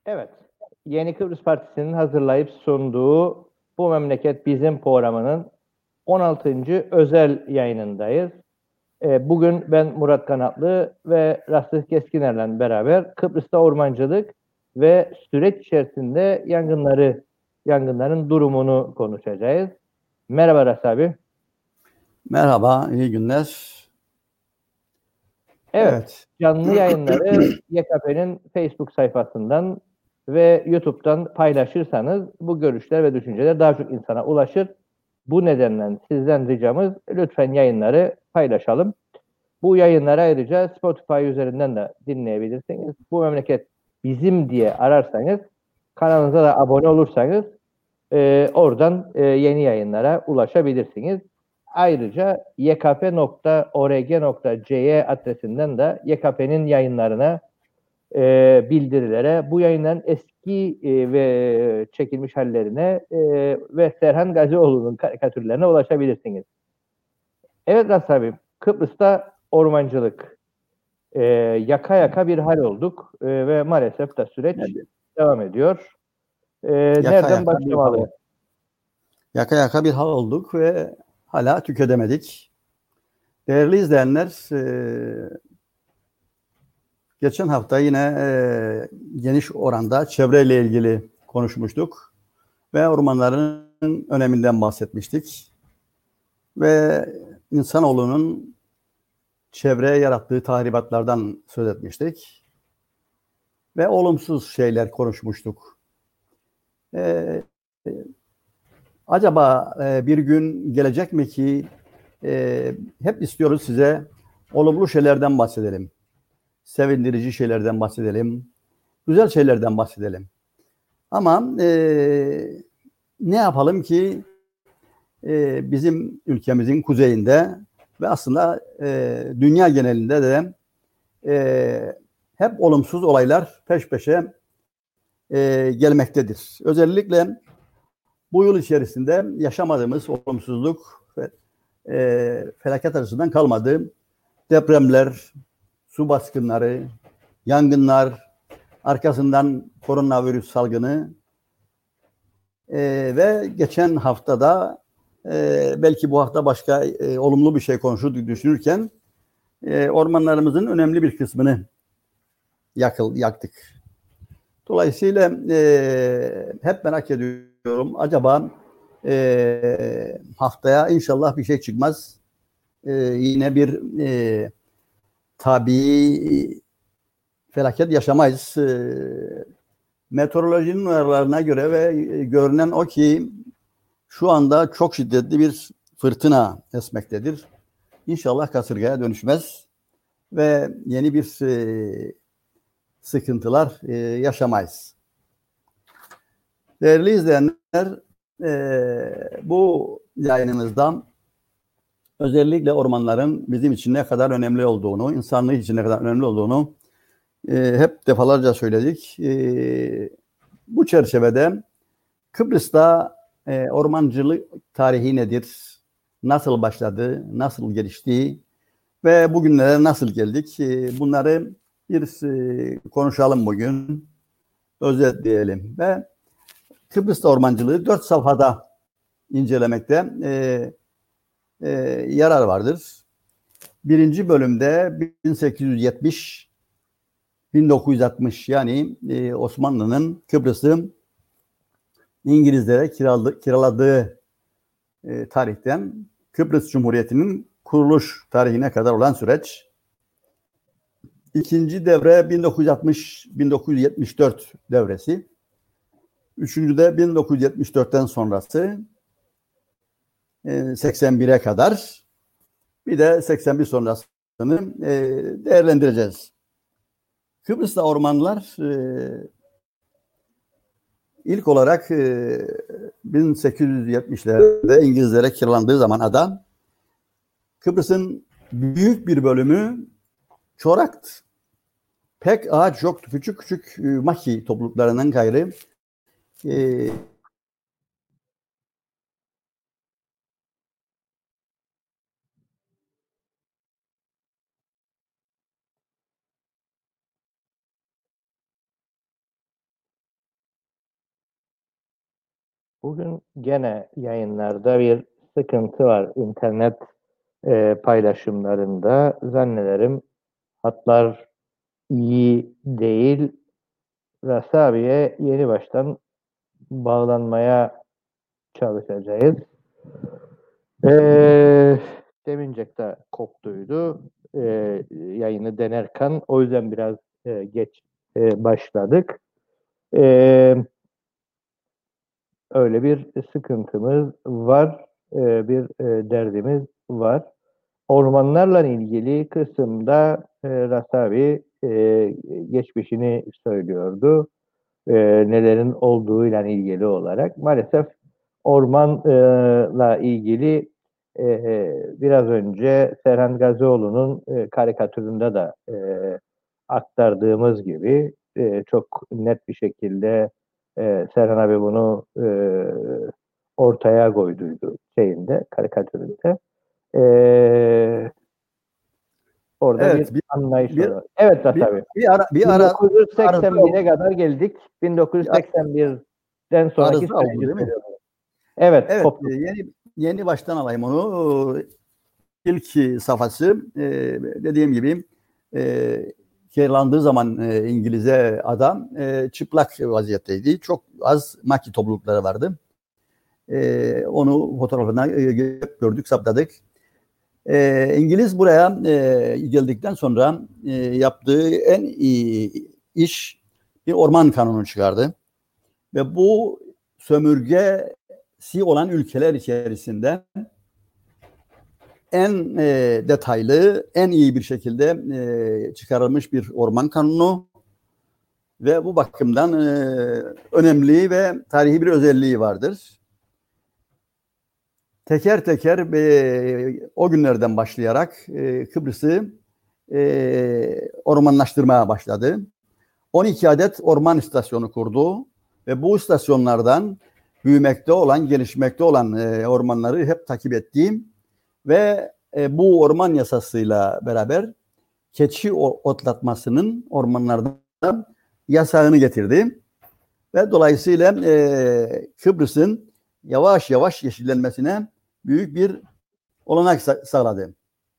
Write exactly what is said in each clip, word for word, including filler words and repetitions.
Evet, Yeni Kıbrıs Partisi'nin hazırlayıp sunduğu Bu Memleket Bizim programının on altıncı özel yayınındayız. Ee, bugün ben Murat Kanatlı ve Rastı Keskiner'le beraber Kıbrıs'ta ormancılık ve süreç içerisinde yangınları, yangınların durumunu konuşacağız. Merhaba Rastı abi. Merhaba, iyi günler. Evet, Evet. canlı yayınları Y K P'nin Facebook sayfasından ve YouTube'dan paylaşırsanız bu görüşler ve düşünceler daha çok insana ulaşır. Bu nedenle sizden ricamız lütfen yayınları paylaşalım. Bu yayınları ayrıca Spotify üzerinden de dinleyebilirsiniz. Bu memleket bizim diye ararsanız, kanalımıza da abone olursanız e, oradan e, yeni yayınlara ulaşabilirsiniz. Ayrıca y k p nokta org nokta c y adresinden de Y K P'nin yayınlarına, e, bildirilere, bu yayınların eski e, ve çekilmiş hallerine e, ve Serhan Gazioğlu'nun karikatürlerine ulaşabilirsiniz. Evet Ras abi, Kıbrıs'ta ormancılık e, yaka yaka bir hal olduk e, ve maalesef de süreç Evet. devam ediyor. E, Yaka nereden yaka bir hal, başlamalıyız? yaka yaka bir hal olduk ve hala tüketemedik. Değerli izleyenler, e, geçen hafta yine e, geniş oranda çevreyle ilgili konuşmuştuk ve ormanların öneminden bahsetmiştik ve insanoğlunun çevreye yarattığı tahribatlardan söz etmiştik ve olumsuz şeyler konuşmuştuk. E, Acaba e, bir gün gelecek mi ki e, hep istiyoruz size olumlu şeylerden bahsedelim. Sevindirici şeylerden bahsedelim. Güzel şeylerden bahsedelim. Ama e, ne yapalım ki e, bizim ülkemizin kuzeyinde ve aslında e, dünya genelinde de e, hep olumsuz olaylar peş peşe e, gelmektedir. Özellikle bu yıl içerisinde yaşamadığımız olumsuzluk ve e, felaket açısından kalmadı. Depremler, su baskınları, yangınlar, arkasından koronavirüs salgını e, ve geçen haftada e, belki bu hafta başka e, olumlu bir şey konuşur düşünürken e, ormanlarımızın önemli bir kısmını yakıl, yaktık. Dolayısıyla e, hep merak ediyorum. Acaba e, haftaya inşallah bir şey çıkmaz. E, yine bir e, tabii felaket yaşamayız. E, meteorolojinin uyarılarına göre ve e, görünen o ki şu anda çok şiddetli bir fırtına esmektedir. İnşallah kasırgaya dönüşmez ve yeni bir e, sıkıntılar e, yaşamayız. Değerli izleyenler, e, bu yayınımızdan özellikle ormanların bizim için ne kadar önemli olduğunu, insanlık için ne kadar önemli olduğunu e, hep defalarca söyledik. E, bu çerçevede Kıbrıs'ta e, ormancılık tarihi nedir? Nasıl başladı? Nasıl gelişti? Ve bugünlere nasıl geldik? E, bunları bir e, konuşalım bugün. Özetleyelim. Ve Kıbrıs'ta ormancılığı dört safhada incelemekte e, e, yarar vardır. Birinci bölümde bin sekiz yüz yetmiş bin dokuz yüz altmış yani e, Osmanlı'nın Kıbrıs'ı İngilizlere kiraladı, kiraladığı e, tarihten Kıbrıs Cumhuriyeti'nin kuruluş tarihine kadar olan süreç. İkinci devre bin dokuz yüz altmış bin dokuz yüz yetmiş dört devresi. Üçüncü de bin dokuz yüz yetmiş dörtten sonrası e, seksen bire kadar. Bir de seksen bir sonrasını e, değerlendireceğiz. Kıbrıs'ta ormanlar e, ilk olarak e, bin sekiz yüz yetmişlerde İngilizlere kiralandığı zaman ada Kıbrıs'ın büyük bir bölümü çoraktı. Pek ağaç yoktu. Küçük küçük e, maki topluluklarından gayrı e, Bugün gene yayınlarda bir sıkıntı var. İnternet e, paylaşımlarında zannederim hatlar iyi değil. Rasabi'ye yeni baştan bağlanmaya çalışacağız. Ee, Demincek de koptuydu e, yayını denerken. O yüzden biraz e, geç e, başladık. E, Öyle bir sıkıntımız var. E, bir e, derdimiz var. Ormanlarla ilgili kısımda e, Rasabi e, geçmişini söylüyordu. E, Nelerin olduğuyla ilgili olarak. Maalesef ormanla ilgili e, biraz önce Serhan Gazioğlu'nun e, karikatüründe de e, aktardığımız gibi e, çok net bir şekilde e, Serhan abi bunu e, ortaya koyduydu şeyinde, karikatüründe. E, Orada bir Evet, bir anlayış bir var. Evet bir, tabii. bir ara bir ara arıza bin dokuz yüz seksen bire oldu. kadar geldik. Bir bin dokuz yüz seksen birden sonraki arıza oldu süreci değil mi? söylüyorum. Evet, Evet, e, koptuk. yeni yeni baştan alayım onu. İlk safhası e, dediğim gibi e, kiralandığı zaman e, İngiliz'e adam e, çıplak vaziyetteydi. Çok az maki toplulukları vardı. E, onu fotoğrafına e, gördük, saptadık. E, İngiliz buraya e, geldikten sonra e, yaptığı en iyi iş bir orman kanunu çıkardı. Ve bu sömürgesi olan ülkeler içerisinde en e, detaylı, en iyi bir şekilde e, çıkarılmış bir orman kanunu ve bu bakımdan e, önemli ve tarihi bir özelliği vardır. Teker teker e, o günlerden başlayarak e, Kıbrıs'ı e, ormanlaştırmaya başladı. on iki adet orman istasyonu kurdu ve bu istasyonlardan büyümekte olan, gelişmekte olan e, ormanları hep takip ettiğim ve e, bu orman yasasıyla beraber keçi otlatmasının ormanlardan yasağını getirdi. Ve dolayısıyla e, Kıbrıs'ın yavaş yavaş yeşillenmesine büyük bir olanak sağladı.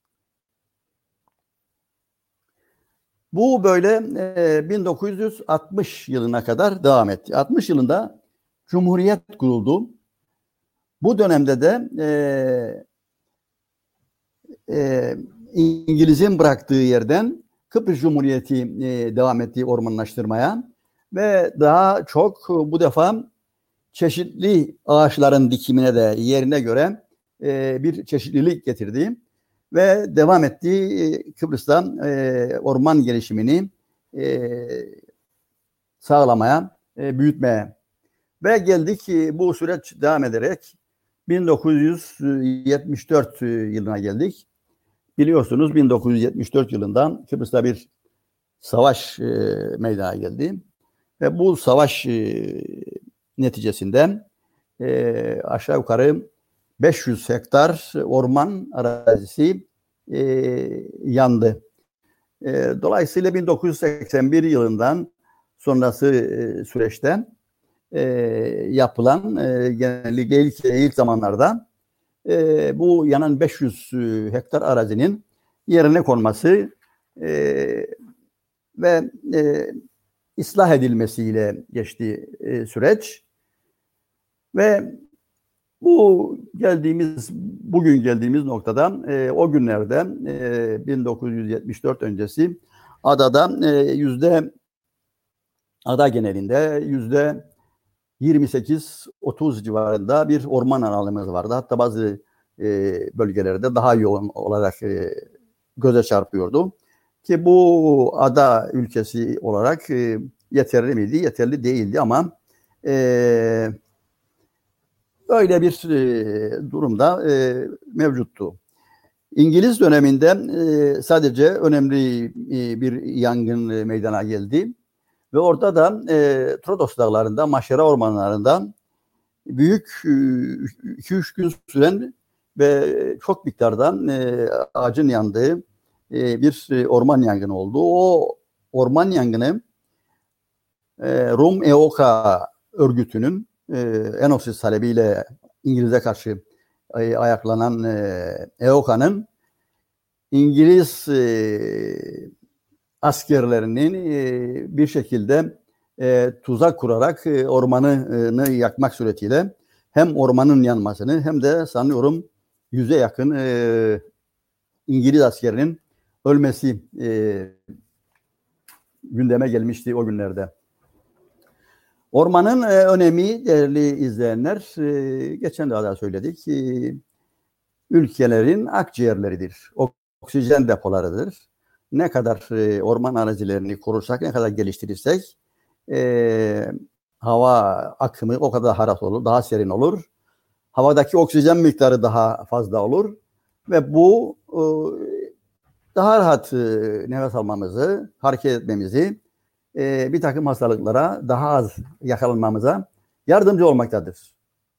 Bu böyle e, bin dokuz yüz altmış yılına kadar devam etti. altmış yılında Cumhuriyet kuruldu. Bu dönemde de e, e, İngiliz'in bıraktığı yerden Kıbrıs Cumhuriyeti e, devam ettiği ormanlaştırmaya ve daha çok bu defa çeşitli ağaçların dikimine de yerine göre e, bir çeşitlilik getirdi ve devam ettiği Kıbrıs'ta e, orman gelişimini e, sağlamaya, e, büyütmeye ve geldik bu süreç devam ederek bin dokuz yüz yetmiş dört yılına geldik. Biliyorsunuz bin dokuz yüz yetmiş dört yılında Kıbrıs'ta bir savaş e, meydana geldi. Ve bu savaş e, neticesinde e, aşağı yukarı beş yüz hektar orman arazisi e, yandı. E, dolayısıyla bin dokuz yüz seksen bir yılından sonrası e, süreçte e, yapılan e, genellikle ilk, ilk zamanlarda e, bu yanan beş yüz hektar arazinin yerine konması e, ve e, ıslah edilmesiyle geçti e, süreç ve bu geldiğimiz bugün geldiğimiz noktada e, o günlerde e, bin dokuz yüz yetmiş dört öncesi adada e, yüzde ada genelinde yüzde yirmi sekiz otuz civarında bir orman alanımız vardı. Hatta bazı e, bölgelerde daha yoğun olarak e, göze çarpıyordu. Ki bu ada ülkesi olarak e, yeterli miydi? Yeterli değildi ama e, öyle bir e, durumda e, mevcuttu. İngiliz döneminde e, sadece önemli e, bir yangın e, meydana geldi. Ve orada da e, Trodos dağlarında, Maşera ormanlarında büyük iki üç gün süren ve çok miktarda e, ağacın yandığı e, bir e, orman yangını oldu. O orman yangını e, Rum E O K örgütünün e, Enosis talebiyle İngiliz'e karşı e, ayaklanan e, E O K'nın İngiliz e, askerlerinin e, bir şekilde e, tuzak kurarak e, ormanını yakmak suretiyle hem ormanın yanmasını hem de sanıyorum yüze yakın e, İngiliz askerinin ölmesi e, gündeme gelmişti o günlerde. Ormanın e, önemi değerli izleyenler, e, geçen daha da söyledik, e, ülkelerin akciğerleridir, oksijen depolarıdır. Ne kadar e, orman arazilerini korursak, ne kadar geliştirirsek e, hava akımı o kadar rahat olur, daha serin olur. Havadaki oksijen miktarı daha fazla olur ve bu e, daha rahat e, nefes almamızı, hareket etmemizi, e, bir takım hastalıklara daha az yakalanmamıza yardımcı olmaktadır.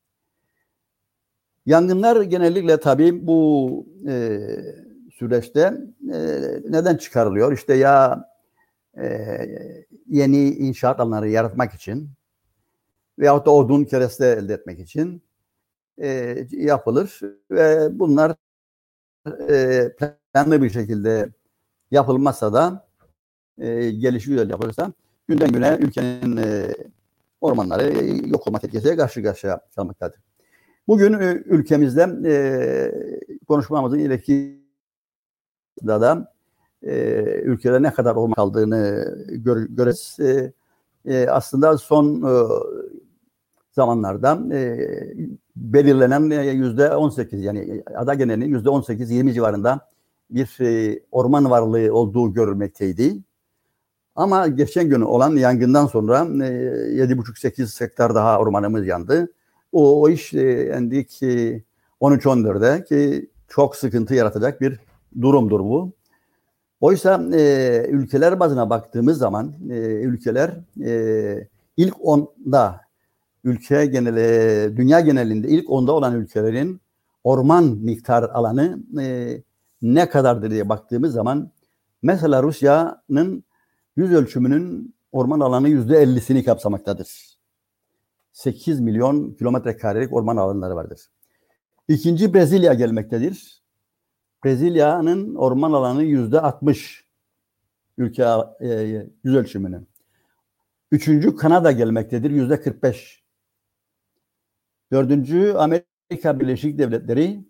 Yangınlar genellikle tabii bu e, süreçte e, neden çıkarılıyor? İşte ya e, yeni inşaat alanları yaratmak için veyahut da odun kereste elde etmek için e, yapılır ve bunlar e, planlı bir şekilde yapılmazsa da e, gelişi güzel yapılırsa günden güne ülkenin e, ormanları yok olma tehlikesiyle karşı karşıya kalmaktadır. Bugün e, ülkemizde e, konuşmamızın ileriki da e, ülkede ne kadar orman kaldığını gör, göreceğiz. E, e, aslında son e, zamanlarda e, belirlenen yüzde on sekiz yani ada genelinin yüzde on sekiz yirmi civarında bir e, orman varlığı olduğu görülmekteydi. Ama geçen gün olan yangından sonra e, yedi buçuk sekiz hektar daha ormanımız yandı. O, o iş e, endik e, on üç on dörde ki çok sıkıntı yaratacak bir durumdur bu. Oysa e, ülkeler bazına baktığımız zaman e, ülkeler e, ilk onda ülke geneli, dünya genelinde ilk onda olan ülkelerin orman miktar alanı e, ne kadardır diye baktığımız zaman mesela Rusya'nın yüz ölçümünün orman alanı yüzde ellisini kapsamaktadır. sekiz milyon kilometre karelik orman alanları vardır. İkinci Brezilya gelmektedir. Brezilya'nın orman alanı yüzde altmış ülke e, yüz ölçümünün. Üçüncü Kanada gelmektedir yüzde kırk beş. Dördüncü Amerika Birleşik Devletleri,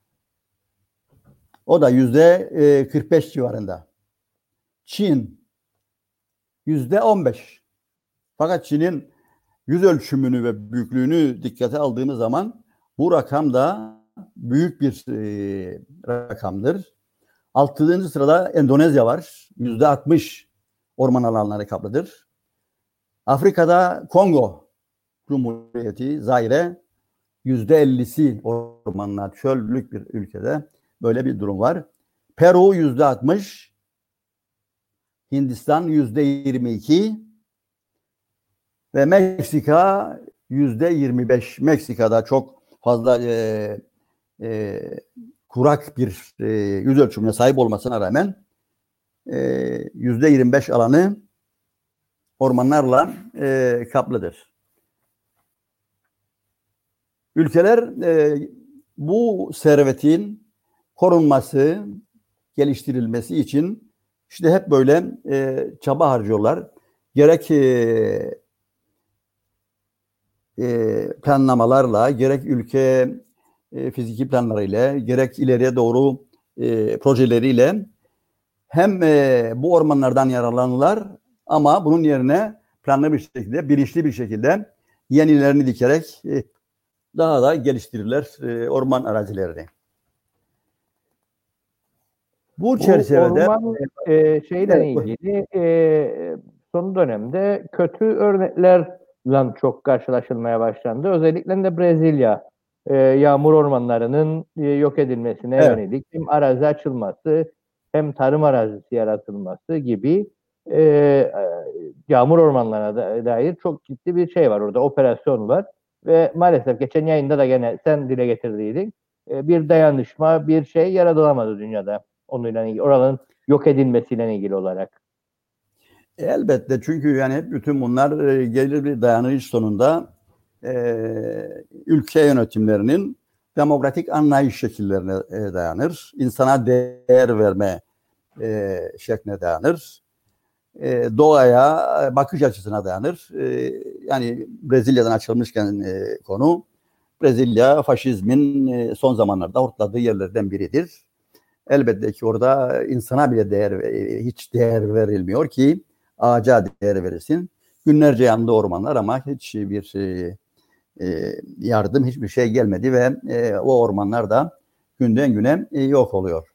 o da yüzde kırk beş civarında. Çin yüzde on beş. Fakat Çin'in yüz ölçümünü ve büyüklüğünü dikkate aldığımız zaman bu rakam da büyük bir e, rakamdır. Altıncı sırada Endonezya var. yüzde altmış orman alanları kaplıdır. Afrika'da Kongo Cumhuriyeti, Zaire yüzde ellisi ormanlar, çöllük bir ülkede böyle bir durum var. Peru yüzde altmış, Hindistan yüzde yirmi iki ve Meksika yüzde yirmi beş. Meksika'da çok fazla e, e, kurak bir e, yüz ölçümüne sahip olmasına rağmen e, yüzde yirmi beş alanı ormanlarla e, kaplıdır. Ülkeler e, bu servetin korunması, geliştirilmesi için işte hep böyle e, çaba harcıyorlar. Gerek e, e, planlamalarla, gerek ülke e, fiziki planlarıyla, gerek ileriye doğru e, projeleriyle hem e, bu ormanlardan yararlanırlar ama bunun yerine planlı bir şekilde, bilinçli bir şekilde yenilerini dikerek e, daha da geliştirirler e, orman arazilerini. Bu, Bu çerçevede orman e, şeyle evet, ilgili e, son dönemde kötü örneklerle çok karşılaşılmaya başlandı. Özellikle de Brezilya e, yağmur ormanlarının e, yok edilmesine evet. yönelik hem arazi açılması hem tarım arazisi yaratılması gibi e, e, yağmur ormanlarına da, dair çok ciddi bir şey var orada, operasyon var. Ve maalesef geçen yayında da gene sen dile getirdiydin. E, bir dayanışma, bir şey yaratılamadı dünyada. Onunla ilgili, oranın yok edilmesiyle ilgili olarak. Elbette, çünkü yani hep bütün bunlar e, gelir bir dayanış sonunda e, ülke yönetimlerinin demokratik anlayış şekillerine e, dayanır. İnsana değer verme e, şekline dayanır. E, doğaya bakış açısına dayanır. E, yani Brezilya'dan açılmışken e, konu, Brezilya faşizmin e, son zamanlarda hortladığı yerlerden biridir. Elbette ki orada insana bile değer hiç değer verilmiyor ki ağaca değer verilsin. Günlerce yandı ormanlar ama hiçbir e, e, yardım, hiçbir şey gelmedi ve e, o ormanlar da günden güne e, yok oluyor.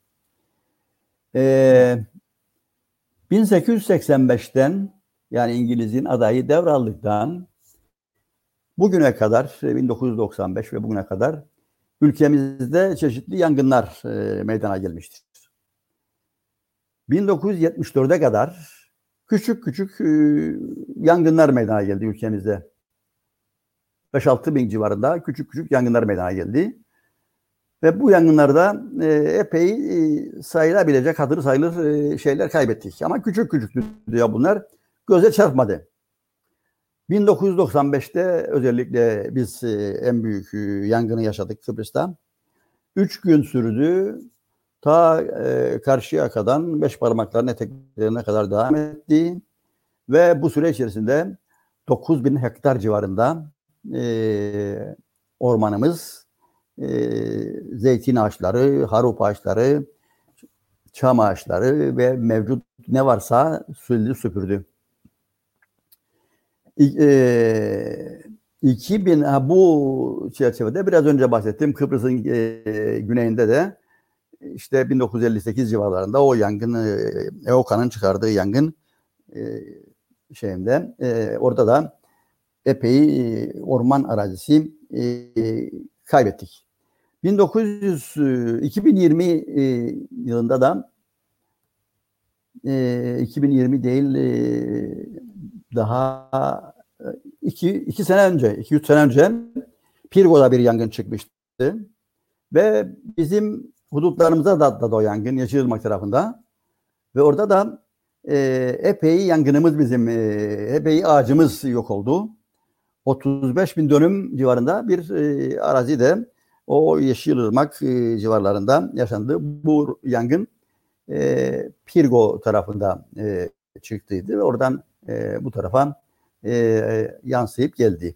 E, bin sekiz yüz seksen beşten yani İngiliz'in adayı devraldıktan bugüne kadar bin dokuz yüz doksan beş ve bugüne kadar ülkemizde çeşitli yangınlar e, meydana gelmiştir. bin dokuz yüz yetmiş dörde kadar küçük küçük e, yangınlar meydana geldi ülkemizde. beş altı bin civarında küçük küçük yangınlar meydana geldi. Ve bu yangınlarda e, epey e, sayılabilecek, hatırı sayılır e, şeyler kaybettik. Ama küçük küçük diyor bunlar. Göze çarpmadı. bin dokuz yüz doksan beşte özellikle biz e, en büyük e, yangını yaşadık Kıbrıs'ta. Üç gün sürdü. Ta e, Karşıyaka'dan beş parmakların eteklerine kadar devam etti. Ve bu süre içerisinde dokuz bin hektar civarında e, ormanımız, e, zeytin ağaçları, harup ağaçları, çam ağaçları ve mevcut ne varsa sildi süpürdü. E, iki bin ha, bu çerçevede biraz önce bahsettiğim Kıbrıs'ın e, güneyinde de işte bin dokuz yüz elli sekiz civarlarında o yangın, E O K'nın çıkardığı yangın e, şeyinde e, orada da epey e, orman arazisi e, kaybettik. bin dokuz yüz iki bin yirmi e, yılında da e, iki bin yirmi değil e, daha iki, iki sene önce, iki üç sene önce Pirgo'da bir yangın çıkmıştı ve bizim hudutlarımıza da atladı o yangın Yeşilırmak tarafında ve orada da e, epey yangınımız bizim, e, epey ağacımız yok oldu. otuz beş bin dönüm civarında bir e, arazi de o Yeşilırmak e, civarlarında yaşandı. Bu yangın e, Pirgo tarafında e, çıktıydı ve oradan e, bu tarafa e, yansıyıp geldi.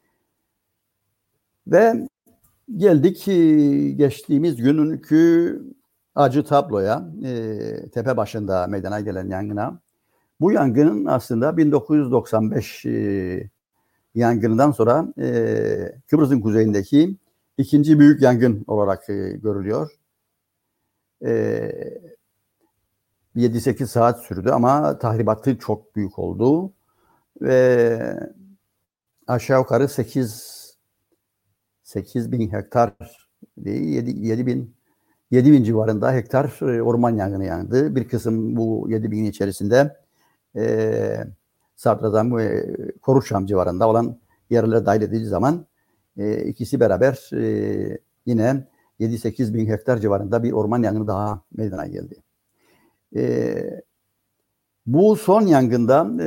Ve geldik e, geçtiğimiz günkü acı tabloya, e, tepe başında meydana gelen yangına. Bu yangının aslında bin dokuz yüz doksan beş e, yangından sonra e, Kıbrıs'ın kuzeyindeki ikinci büyük yangın olarak e, görülüyor. E, yedi sekiz saat sürdü ama tahribatı çok büyük oldu. Ve aşağı yukarı sekiz bin hektar yedi bin yedi bin civarında hektar orman yangını yandı. Bir kısım bu yedi bin içerisinde e, Sadrazam ve Koruçam civarında olan yerlere dahil edildiği zaman e, ikisi beraber e, yine yedi sekiz bin hektar civarında bir orman yangını daha meydana geldi. E, bu son yangında e,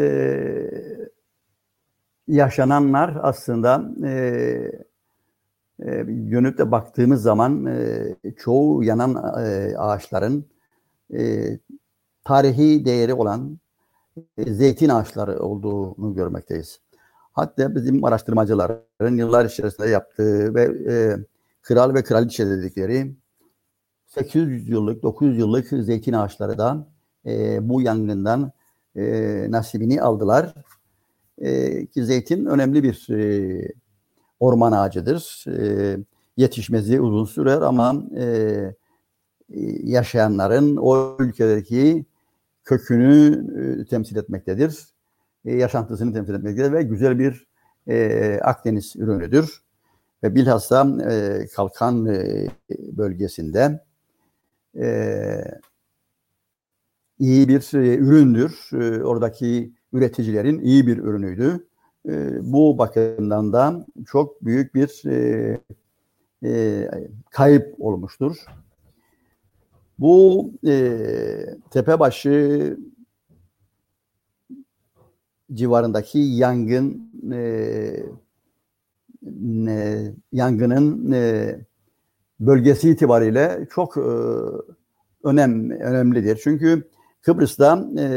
yaşananlar aslında e, e, dönüp de baktığımız zaman e, çoğu yanan e, ağaçların e, tarihi değeri olan e, zeytin ağaçları olduğunu görmekteyiz. Hatta bizim araştırmacıların yıllar içerisinde yaptığı ve e, kral ve kraliçe dedikleri sekiz yüz yıllık, dokuz yüz yıllık zeytin ağaçları da e, bu yangından e, nasibini aldılar. E, ki zeytin önemli bir e, orman ağacıdır. E, yetişmesi uzun sürer ama e, yaşayanların o ülkedeki kökünü e, temsil etmektedir. E, yaşantısını temsil etmektedir ve güzel bir e, Akdeniz ürünüdür. Ve bilhassa e, Kalkan e, bölgesinde e, iyi bir e, üründür. E, oradaki üreticilerin iyi bir ürünüydü. E, bu bakımdan da çok büyük bir e, e, kayıp olmuştur. Bu e, Tepebaşı civarındaki yangın e, e, yangının e, bölgesi itibariyle çok e, önem önemlidir. Çünkü Kıbrıs'ta e,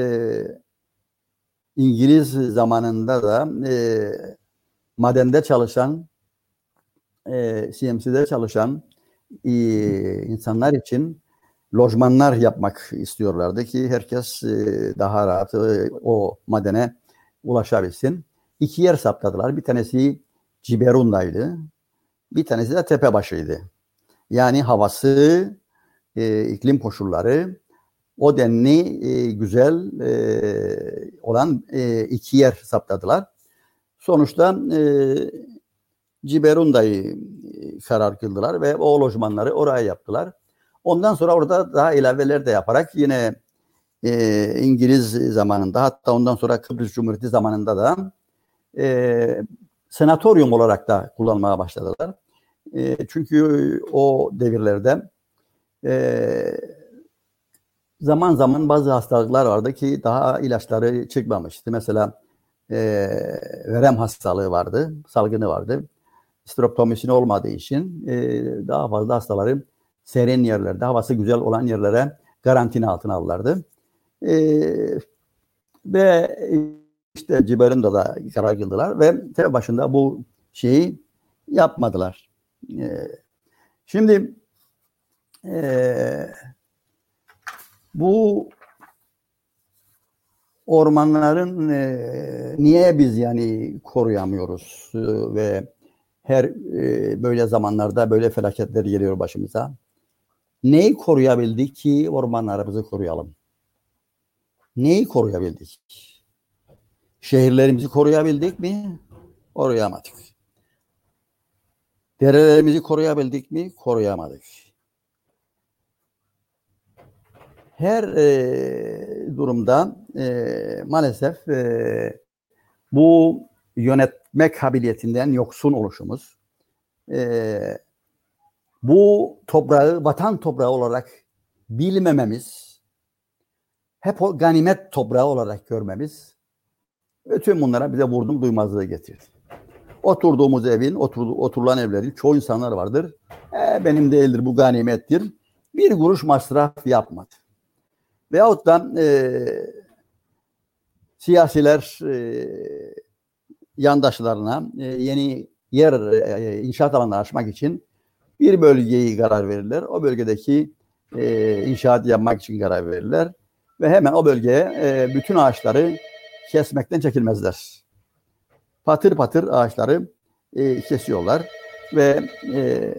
İngiliz zamanında da e, madende çalışan, e, C M C'de çalışan e, insanlar için lojmanlar yapmak istiyorlardı ki herkes e, daha rahat e, o madene ulaşabilsin. İki yer saptadılar. Bir tanesi Ciberun'daydı. Bir tanesi de Tepebaşı'ydı. Yani havası, e, iklim koşulları o denli e, güzel e, olan e, iki yer saptadılar. Sonuçta e, Ciberunda'yı karar kıldılar ve o lojmanları oraya yaptılar. Ondan sonra orada daha ilaveler de yaparak yine e, İngiliz zamanında, hatta ondan sonra Kıbrıs Cumhuriyeti zamanında da e, senatoryum olarak da kullanmaya başladılar. E, çünkü o devirlerde e, zaman zaman bazı hastalıklar vardı ki daha ilaçları çıkmamıştı. Mesela e, verem hastalığı vardı, salgını vardı. Streptomisin olmadığı için e, daha fazla hastaları serin yerlerde, havası güzel olan yerlere karantina altına alırlardı. E, ve işte Ciberun'da da karar kıldılar ve tabi başında bu şeyi yapmadılar. E, şimdi e, bu ormanların e, niye biz yani koruyamıyoruz e, ve her e, böyle zamanlarda böyle felaketler geliyor başımıza. Neyi koruyabildik ki ormanlarımızı koruyalım? Neyi koruyabildik? Şehirlerimizi koruyabildik mi? Koruyamadık. Derelerimizi koruyabildik mi? Koruyamadık. Her e, durumda e, maalesef e, bu yönetmek kabiliyetinden yoksun oluşumuz, e, bu toprağı vatan toprağı olarak bilmememiz, hep o ganimet toprağı olarak görmemiz, bütün bunlara bize vurdum duymazlığı getirdi. Oturduğumuz evin, otur, oturulan evlerin çoğu insanlar vardır. E, benim değildir, bu ganimettir. Bir kuruş masraf yapmadı. Veyahut da e, siyasiler e, yandaşlarına e, yeni yer e, inşaat alanı açmak için bir bölgeyi karar verirler. O bölgedeki e, inşaat yapmak için karar verirler. Ve hemen o bölgeye e, bütün ağaçları kesmekten çekilmezler. Patır patır ağaçları e, kesiyorlar. Ve e,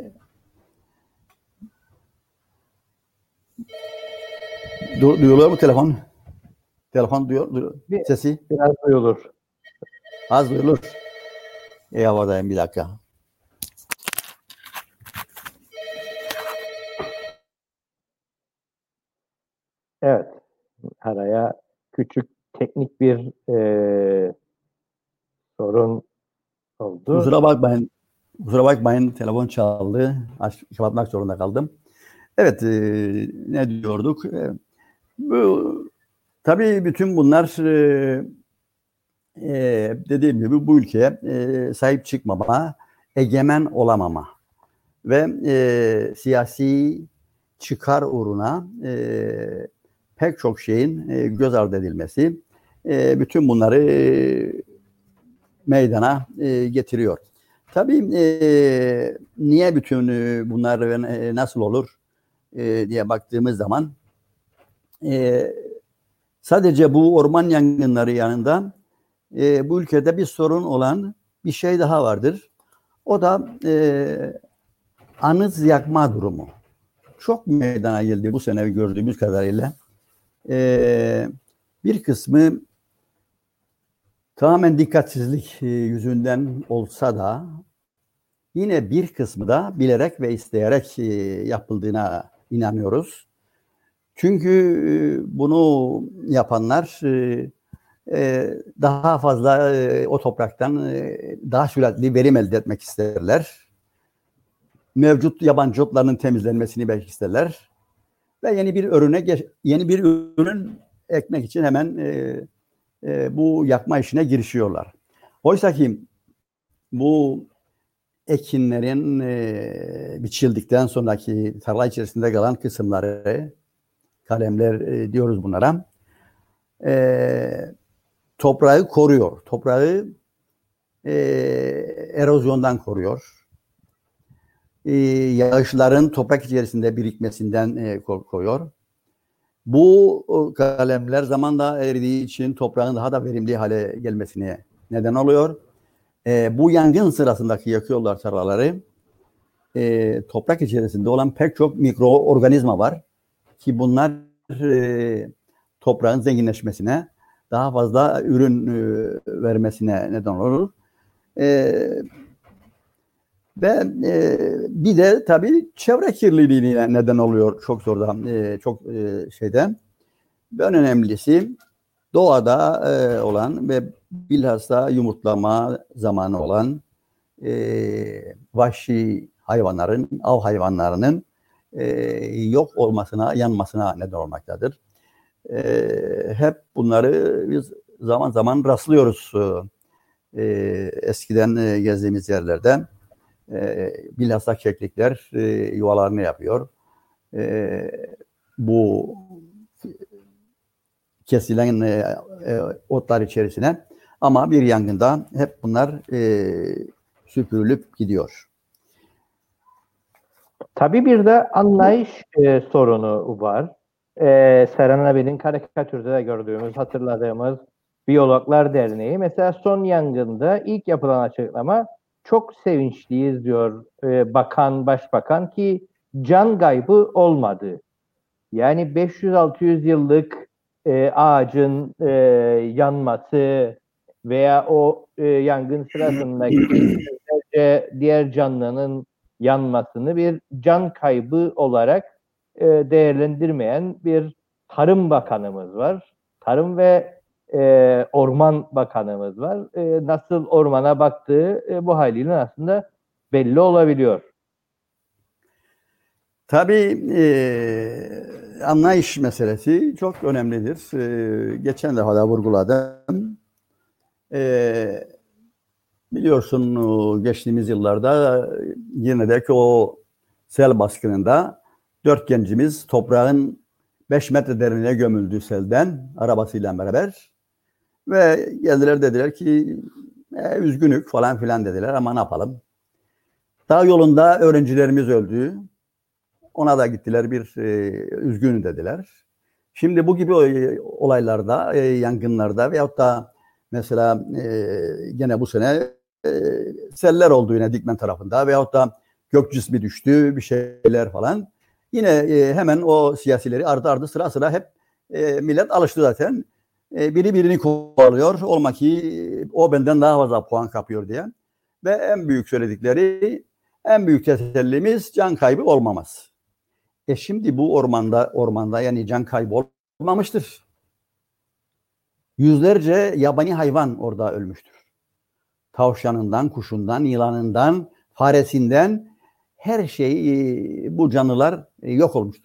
du duyuluyor mu telefon? Telefon duyuyor, duyuyor. Bir, Sesi? Biraz duyulur. Az duyulur. E havadayım bir dakika. Evet. Araya küçük teknik bir e, sorun oldu. Kusura bakmayın. Kusura bakmayın. Telefon çaldı. Aç, kapatmak zorunda kaldım. Evet. E, ne diyorduk? E, bu, tabii bütün bunlar e, e, dediğim gibi bu ülkeye e, sahip çıkmama, egemen olamama ve e, siyasi çıkar uğruna e, pek çok şeyin e, göz ardı edilmesi e, bütün bunları e, meydana e, getiriyor. Tabii e, niye bütün e, bunlar e, nasıl olur e, diye baktığımız zaman e, sadece bu orman yangınları yanında e, bu ülkede bir sorun olan bir şey daha vardır. O da e, anıt yakma durumu. Çok meydana geldi bu sene gördüğümüz kadarıyla. Ee, bir kısmı tamamen dikkatsizlik yüzünden olsa da yine bir kısmı da bilerek ve isteyerek yapıldığına inanıyoruz. Çünkü bunu yapanlar daha fazla o topraktan daha süratli verim elde etmek isterler. Mevcut yabancı otlarının temizlenmesini belki isterler ve yeni bir ürüne yeni bir ürün ekmek için hemen e, e, bu yakma işine girişiyorlar. Oysa ki bu ekinlerin e, biçildikten sonraki tarla içerisinde kalan kısımları, kalemler e, diyoruz bunlara, e, toprağı koruyor. Toprağı e, erozyondan koruyor. E, yağışların toprak içerisinde birikmesinden e, koruyor. Bu kalemler zamanla eridiği için toprağın daha da verimli hale gelmesine neden oluyor. E, bu yangın sırasındaki yakıyorlar tarlaları. E, toprak içerisinde olan pek çok mikroorganizma var ki bunlar e, toprağın zenginleşmesine, daha fazla ürün e, vermesine neden olur. E, ve e, bir de tabii çevre kirliliğine neden oluyor çok zorda, e, çok e, şeyde. En önemlisi doğada e, olan ve bilhassa yumurtlama zamanı olan e, vahşi hayvanların, av hayvanlarının e, yok olmasına, yanmasına neden olmaktadır. E, hep bunları biz zaman zaman rastlıyoruz e, eskiden e, gezdiğimiz yerlerde. E, bilhassa keklikler e, yuvalarını yapıyor. E, bu kesilen e, e, otlar içerisine, ama bir yangında hep bunlar e, süpürülüp gidiyor. Tabii bir de anlayış e, sorunu var. E, Seren abinin karikatürde de gördüğümüz, hatırladığımız Biyologlar Derneği mesela son yangında ilk yapılan açıklama, çok sevinçliyiz diyor e, bakan, başbakan, ki can kaybı olmadı. Yani beş yüz altı yüz yıllık e, ağacın e, yanması veya o e, yangın sırasındaki diğer canlının yanmasını bir can kaybı olarak e, değerlendirmeyen bir Tarım Bakanımız var. Tarım ve e, Orman Bakanımız var. E, nasıl ormana baktığı e, bu haliyle aslında belli olabiliyor. Tabii e, anlayış meselesi çok önemlidir. E, geçen defa da vurguladım. E, biliyorsun geçtiğimiz yıllarda yine de ki o sel baskınında dört gencimiz toprağın beş metre derinliğe gömüldü selden arabasıyla beraber. Ve geldiler, dediler ki e, üzgünük falan filan dediler, ama ne yapalım. Dağ yolunda öğrencilerimiz öldü. Ona da gittiler, bir e, üzgün dediler. Şimdi bu gibi olaylarda, e, yangınlarda veyahut da mesela e, gene bu sene e, seller oldu yine Dikmen tarafında, veyahut da gök cismi düştü, bir şeyler falan. Yine e, hemen o siyasileri ardı ardı sıra sıra hep e, millet alıştı zaten. E, biri birini kovalıyor. Olma ki o benden daha fazla puan kapıyor diye. Ve en büyük söyledikleri, en büyük tesellimiz can kaybı olmamaz. E şimdi bu ormanda ormanda yani can kaybı olmamıştır. Yüzlerce yabani hayvan orada ölmüştür. Tavşanından, kuşundan, yılanından, faresinden her şey, bu canlılar yok olmuştur.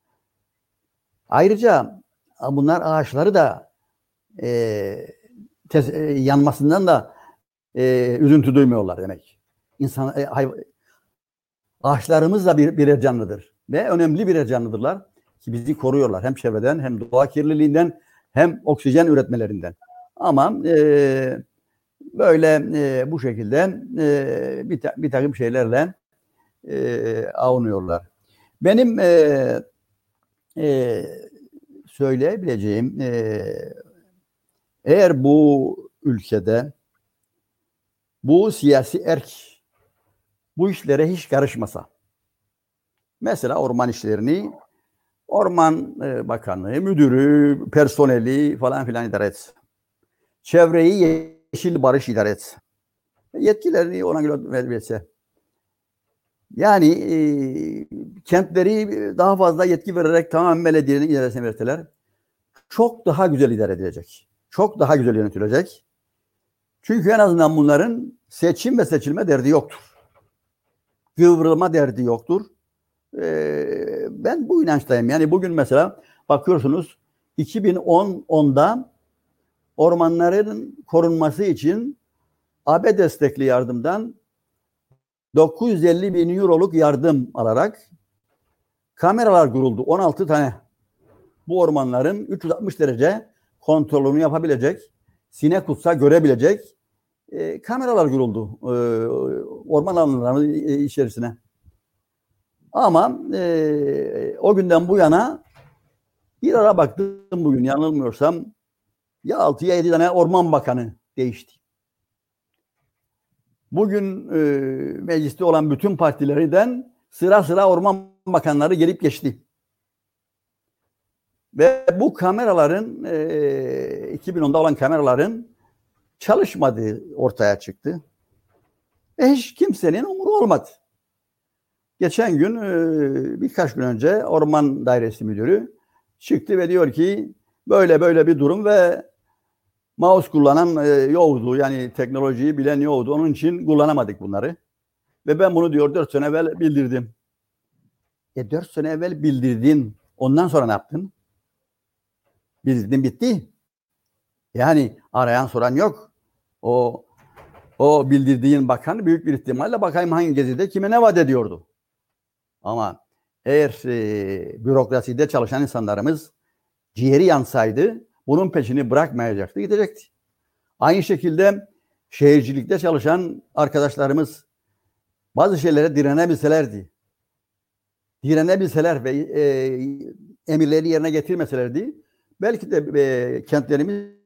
Ayrıca bunlar ağaçları da e, tes, e, yanmasından da e, üzüntü duymuyorlar demek. İnsan, e, hayv- ağaçlarımız da bir, birer canlıdır. Ve önemli birer canlıdırlar ki bizi koruyorlar. Hem çevreden, hem doğa kirliliğinden, hem oksijen üretmelerinden. Ama e, böyle e, bu şekilde e, bir, ta, bir takım şeylerle e, avunuyorlar. Benim e, e, söyleyebileceğim, e, eğer bu ülkede bu siyasi erk bu işlere hiç karışmasa, mesela orman işlerini Orman Bakanlığı, müdürü, personeli falan filan idare etsin. Çevreyi Yeşil Barış idare etsin. Yetkilerini ona göre verse. Yani e, kentleri daha fazla yetki vererek tamamen belediyenin idaresine verseler, çok daha güzel idare edilecek. Çok daha güzel yönetilecek. Çünkü en azından bunların seçim ve seçilme derdi yoktur. Kıvrılma derdi yoktur. Ee, ben bu inançtayım. Yani bugün mesela bakıyorsunuz iki bin onda ormanların korunması için A B destekli yardımdan dokuz yüz elli bin euroluk yardım alarak kameralar kuruldu. on altı tane. Bu ormanların üç yüz altmış derece kontrolünü yapabilecek, sinek kutsa görebilecek e, kameralar kuruldu e, orman alanlarının içerisine. Ama e, o günden bu yana bir ara baktım bugün yanılmıyorsam ya altı ya yedi tane orman bakanı değişti. Bugün e, mecliste olan bütün partilerden sıra sıra orman bakanları gelip geçti. Ve bu kameraların e, iki bin onda olan kameraların çalışmadığı ortaya çıktı. E hiç kimsenin umuru olmadı. Geçen gün e, birkaç gün önce Orman Dairesi Müdürü çıktı ve diyor ki böyle böyle bir durum ve mouse kullanan e, yoktu. Yani teknolojiyi bilen yoktu. Onun için kullanamadık bunları. Ve ben bunu diyor dört sene evvel bildirdim. E dört sene evvel bildirdin. Ondan sonra ne yaptın? Bildirdin bitti. Yani arayan soran yok. O o bildirdiğin bakan büyük bir ihtimalle bakayım hangi gezide kime ne vaat ediyordu. Ama eğer e, bürokraside çalışan insanlarımız ciğeri yansaydı bunun peşini bırakmayacaktı, gidecekti. Aynı şekilde şehircilikte çalışan arkadaşlarımız bazı şeylere direnebilselerdi, direnebilseler ve e, emirleri yerine getirmeselerdi belki de e, kentlerimiz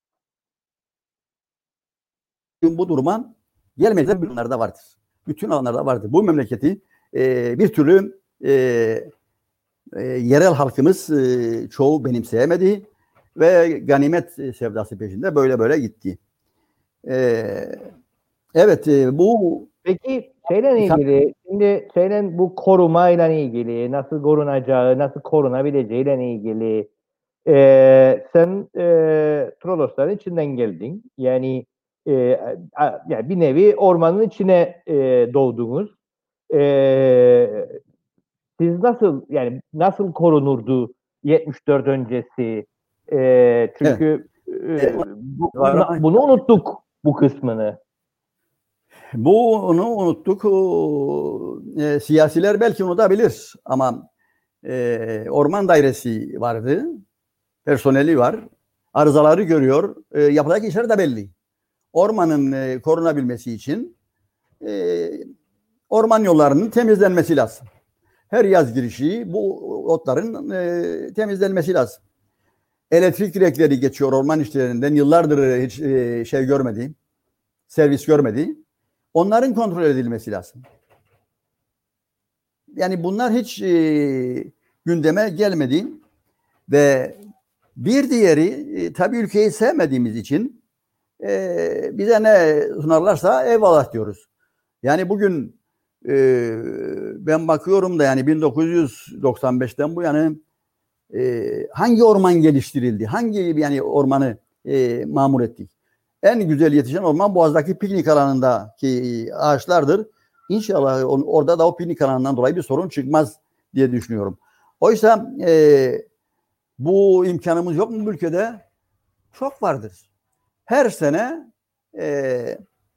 bu duruma gelmeyecek bunlarda vardır. Bütün alanlarda vardır. Bu memleketi e, bir türlü e, e, yerel halkımız e, çoğu benimseyemedi ve ganimet sevdası peşinde böyle böyle gitti. E, evet e, bu Peki şeyle ilgili, şimdi şeyle bu korumayla ilgili, nasıl korunacağı, nasıl korunabileceğiyle ilgili e, sen e, Trolosların içinden geldin. Yani e, a, yani bir nevi ormanın içine e, doğdunuz. E, siz nasıl yani nasıl korunurdu yetmiş dört öncesi? E, çünkü evet. e, bu, bunu unuttuk bu kısmını. Bunu unuttuk. E, siyasiler belki unutabilir ama e, orman dairesi vardı. Personeli var. Arızaları görüyor. E, yapılacak işler de belli. Ormanın e, korunabilmesi için e, orman yollarının temizlenmesi lazım. Her yaz girişi bu otların e, temizlenmesi lazım. Elektrik direkleri geçiyor orman işlerinden. Yıllardır hiç e, şey görmedi. Servis görmedi. Onların kontrol edilmesi lazım. Yani bunlar hiç e, gündeme gelmedi ve bir diğeri e, tabii ülkeyi sevmediğimiz için e, bize ne sunarlarsa eyvallah diyoruz. Yani bugün e, ben bakıyorum da yani bin dokuz yüz doksan beşten bu yana e, hangi orman geliştirildi? Hangi yani ormanı e, mamur ettik? En güzel yetişen orman Boğaz'daki piknik alanındaki ağaçlardır. İnşallah orada da o piknik alanından dolayı bir sorun çıkmaz diye düşünüyorum. Oysa e, bu imkanımız yok mu bu ülkede? Çok vardır. Her sene e,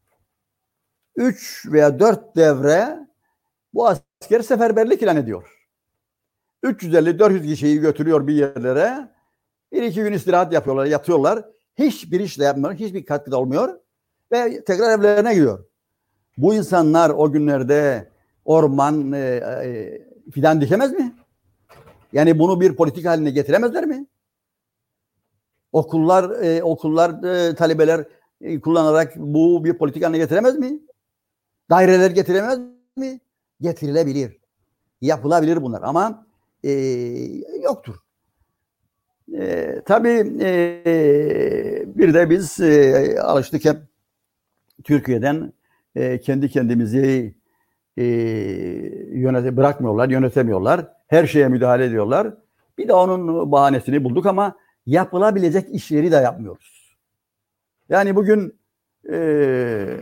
üç veya dört devre bu asker seferberlik ilan ediyor. üç yüz elli dört yüz kişiyi götürüyor bir yerlere. Bir iki gün istirahat yapıyorlar, yatıyorlar. Hiçbir iş de yapmıyor, hiçbir katkı olmuyor ve tekrar evlerine gidiyor. Bu insanlar o günlerde orman e, e, fidan dikemez mi? Yani bunu bir politik haline getiremezler mi? Okullar, e, okullar, e, talebeler e, kullanarak bu bir politik haline getiremez mi? Daireler getiremez mi? Getirilebilir. Yapılabilir bunlar ama e, yoktur. E, tabii e, bir de biz e, alıştık hep Türkiye'den e, kendi kendimizi e, yönete bırakmıyorlar, yönetemiyorlar. Her şeye müdahale ediyorlar. Bir de onun bahanesini bulduk ama yapılabilecek işleri de yapmıyoruz. Yani bugün e,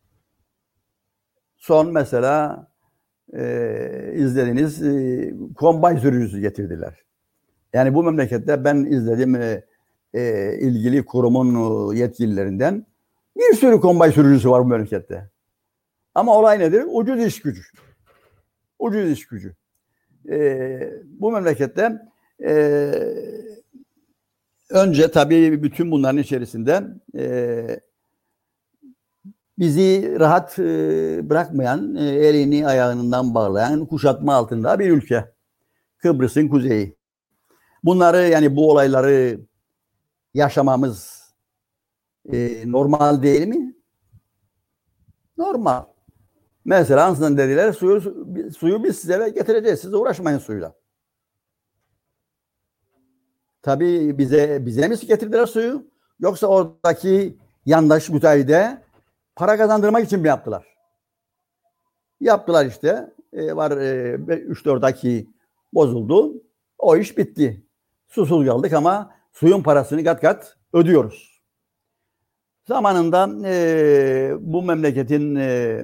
son mesela e, izlediğiniz e, kombay sürücüsü getirdiler. Yani bu memlekette ben izledim e, e, ilgili kurumun yetkililerinden bir sürü kombay sürücüsü var bu memlekette. Ama olay nedir? Ucuz iş gücü. Ucuz iş gücü. Ee, bu memlekette e, önce tabii bütün bunların içerisinde e, bizi rahat e, bırakmayan, e, elini ayağından bağlayan, kuşatma altında bir ülke. Kıbrıs'ın kuzeyi. Bunları, yani bu olayları yaşamamız e, normal değil mi? Normal. Mesela ansızın dediler, suyu, suyu biz size getireceğiz. Siz uğraşmayın suyla. Tabii bize bize mi getirdiler suyu? Yoksa oradaki yandaş müteahhide para kazandırmak için mi yaptılar? Yaptılar işte. E, var e, üç dört dakika bozuldu. O iş bitti. Susuz kaldık ama suyun parasını kat kat ödüyoruz. Zamanında e, bu memleketin e,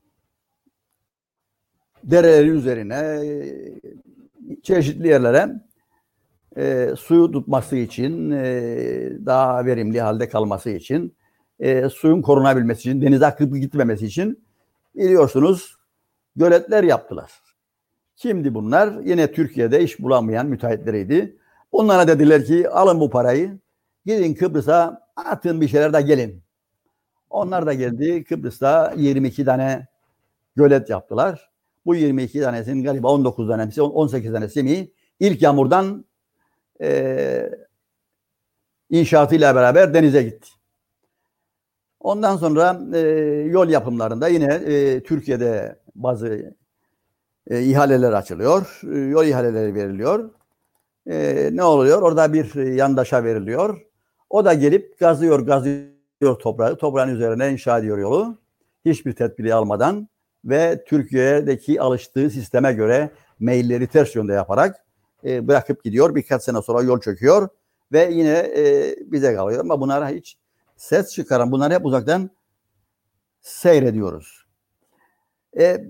dereleri üzerine e, çeşitli yerlere e, suyu tutması için, e, daha verimli halde kalması için, e, suyun korunabilmesi için, denize akıp gitmemesi için biliyorsunuz göletler yaptılar. Kimdi bunlar? Yine Türkiye'de iş bulamayan müteahhitleriydi. Onlara dediler ki alın bu parayı, gidin Kıbrıs'a atın bir şeyler de gelin. Onlar da geldi, Kıbrıs'ta yirmi iki tane gölet yaptılar. Bu yirmi iki tanesinin galiba on dokuz tanesi, on sekiz tanesi mi ilk yağmurdan e, inşaatıyla beraber denize gitti. Ondan sonra e, yol yapımlarında yine e, Türkiye'de bazı e, ihaleler açılıyor. E, yol ihaleleri veriliyor. E, ne oluyor? Orada bir yandaşa veriliyor. O da gelip gazlıyor, gazlıyor toprağı. Toprağın üzerine inşa ediyor yolu. Hiçbir tedbiri almadan ve Türkiye'deki alıştığı sisteme göre mailleri ters yönde yaparak e, bırakıp gidiyor. Birkaç sene sonra yol çöküyor ve yine e, bize kalıyor. Ama bunlara hiç ses çıkaran, bunları hep uzaktan seyrediyoruz. E,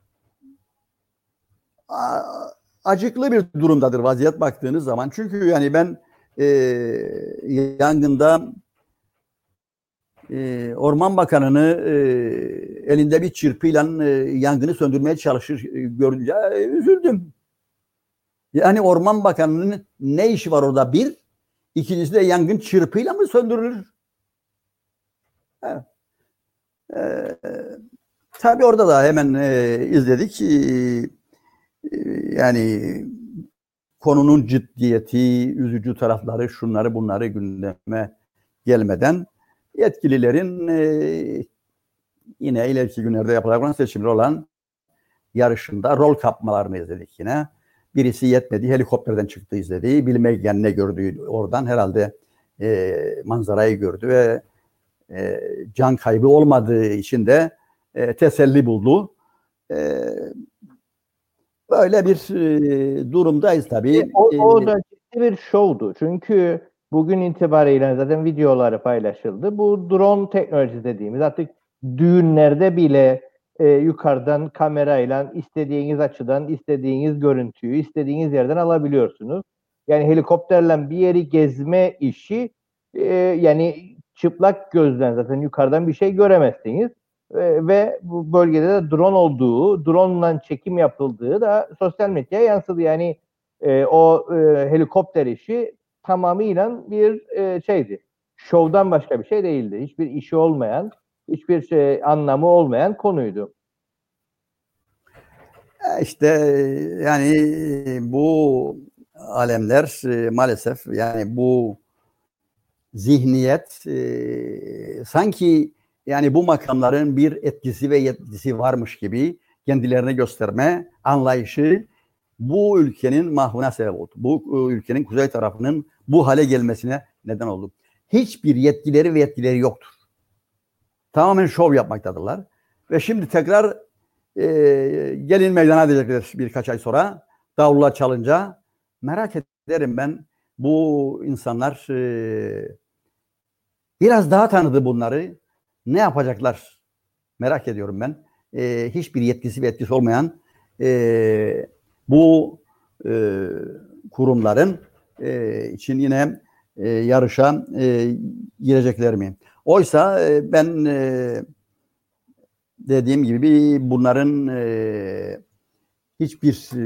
acıklı bir durumdadır vaziyet baktığınız zaman. Çünkü yani ben e, yangında e, Orman Bakanı'nı e, elinde bir çırpıyla e, yangını söndürmeye çalışır e, görünce e, üzüldüm. Yani Orman Bakanı'nın ne işi var orada bir? İkincisi de yangın çırpıyla mı söndürülür? Evet. Ee, tabii orada da hemen e, izledik. E, yani konunun ciddiyeti, üzücü tarafları, şunları bunları gündeme gelmeden yetkililerin e, yine ileriki günlerde yapılacak seçimler olan yarışında rol kapmalarını izledik yine. Birisi yetmedi, helikopterden çıktı izledi. Bilmeyen ne gördüğü oradan herhalde e, manzarayı gördü ve e, can kaybı olmadığı için de e, teselli buldu. E, böyle bir e, durumdayız tabii. E, o, o da ciddi bir şovdu. Çünkü bugün itibariyle zaten videoları paylaşıldı. Bu drone teknolojisi dediğimiz artık düğünlerde bile e, yukarıdan kamerayla istediğiniz açıdan istediğiniz görüntüyü istediğiniz yerden alabiliyorsunuz. Yani helikopterle bir yeri gezme işi e, yani çıplak gözden zaten yukarıdan bir şey göremezsiniz. E, ve bu bölgede de drone olduğu, drone'la çekim yapıldığı da sosyal medyaya yansıdı. Yani e, o e, helikopter işi tamamıyla bir e, şeydi. Şovdan başka bir şey değildi. Hiçbir işi olmayan, hiçbir şey anlamı olmayan konuydu. İşte yani bu alemler e, maalesef yani bu zihniyet e, sanki yani bu makamların bir etkisi ve yetkisi varmış gibi kendilerini gösterme anlayışı bu ülkenin mahvına sebep oldu. Bu ülkenin kuzey tarafının bu hale gelmesine neden oldu. Hiçbir yetkileri ve yetkileri yoktur. Tamamen şov yapmaktadırlar. Ve şimdi tekrar e, gelin meydana diyecekler birkaç ay sonra davullar çalınca. Merak ederim ben bu insanlar e, biraz daha tanıdı bunları. Ne yapacaklar? Merak ediyorum ben. E, hiçbir yetkisi ve etkisi olmayan e, bu e, kurumların e, için yine e, yarışa e, girecekler mi? Oysa e, ben e, dediğim gibi bunların e, hiçbir e,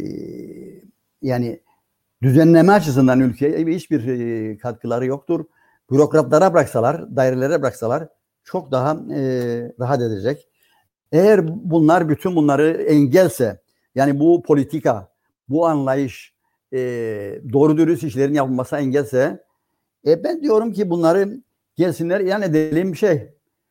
yani düzenleme açısından ülkeye hiçbir e, katkıları yoktur. Bürokratlara bıraksalar, dairelere bıraksalar çok daha e, rahat edecek. Eğer bunlar bütün bunları engelse, yani bu politika, bu anlayış e, doğru dürüst işlerin yapılması engelse, e, ben diyorum ki bunları gelsinler yani edelim şey,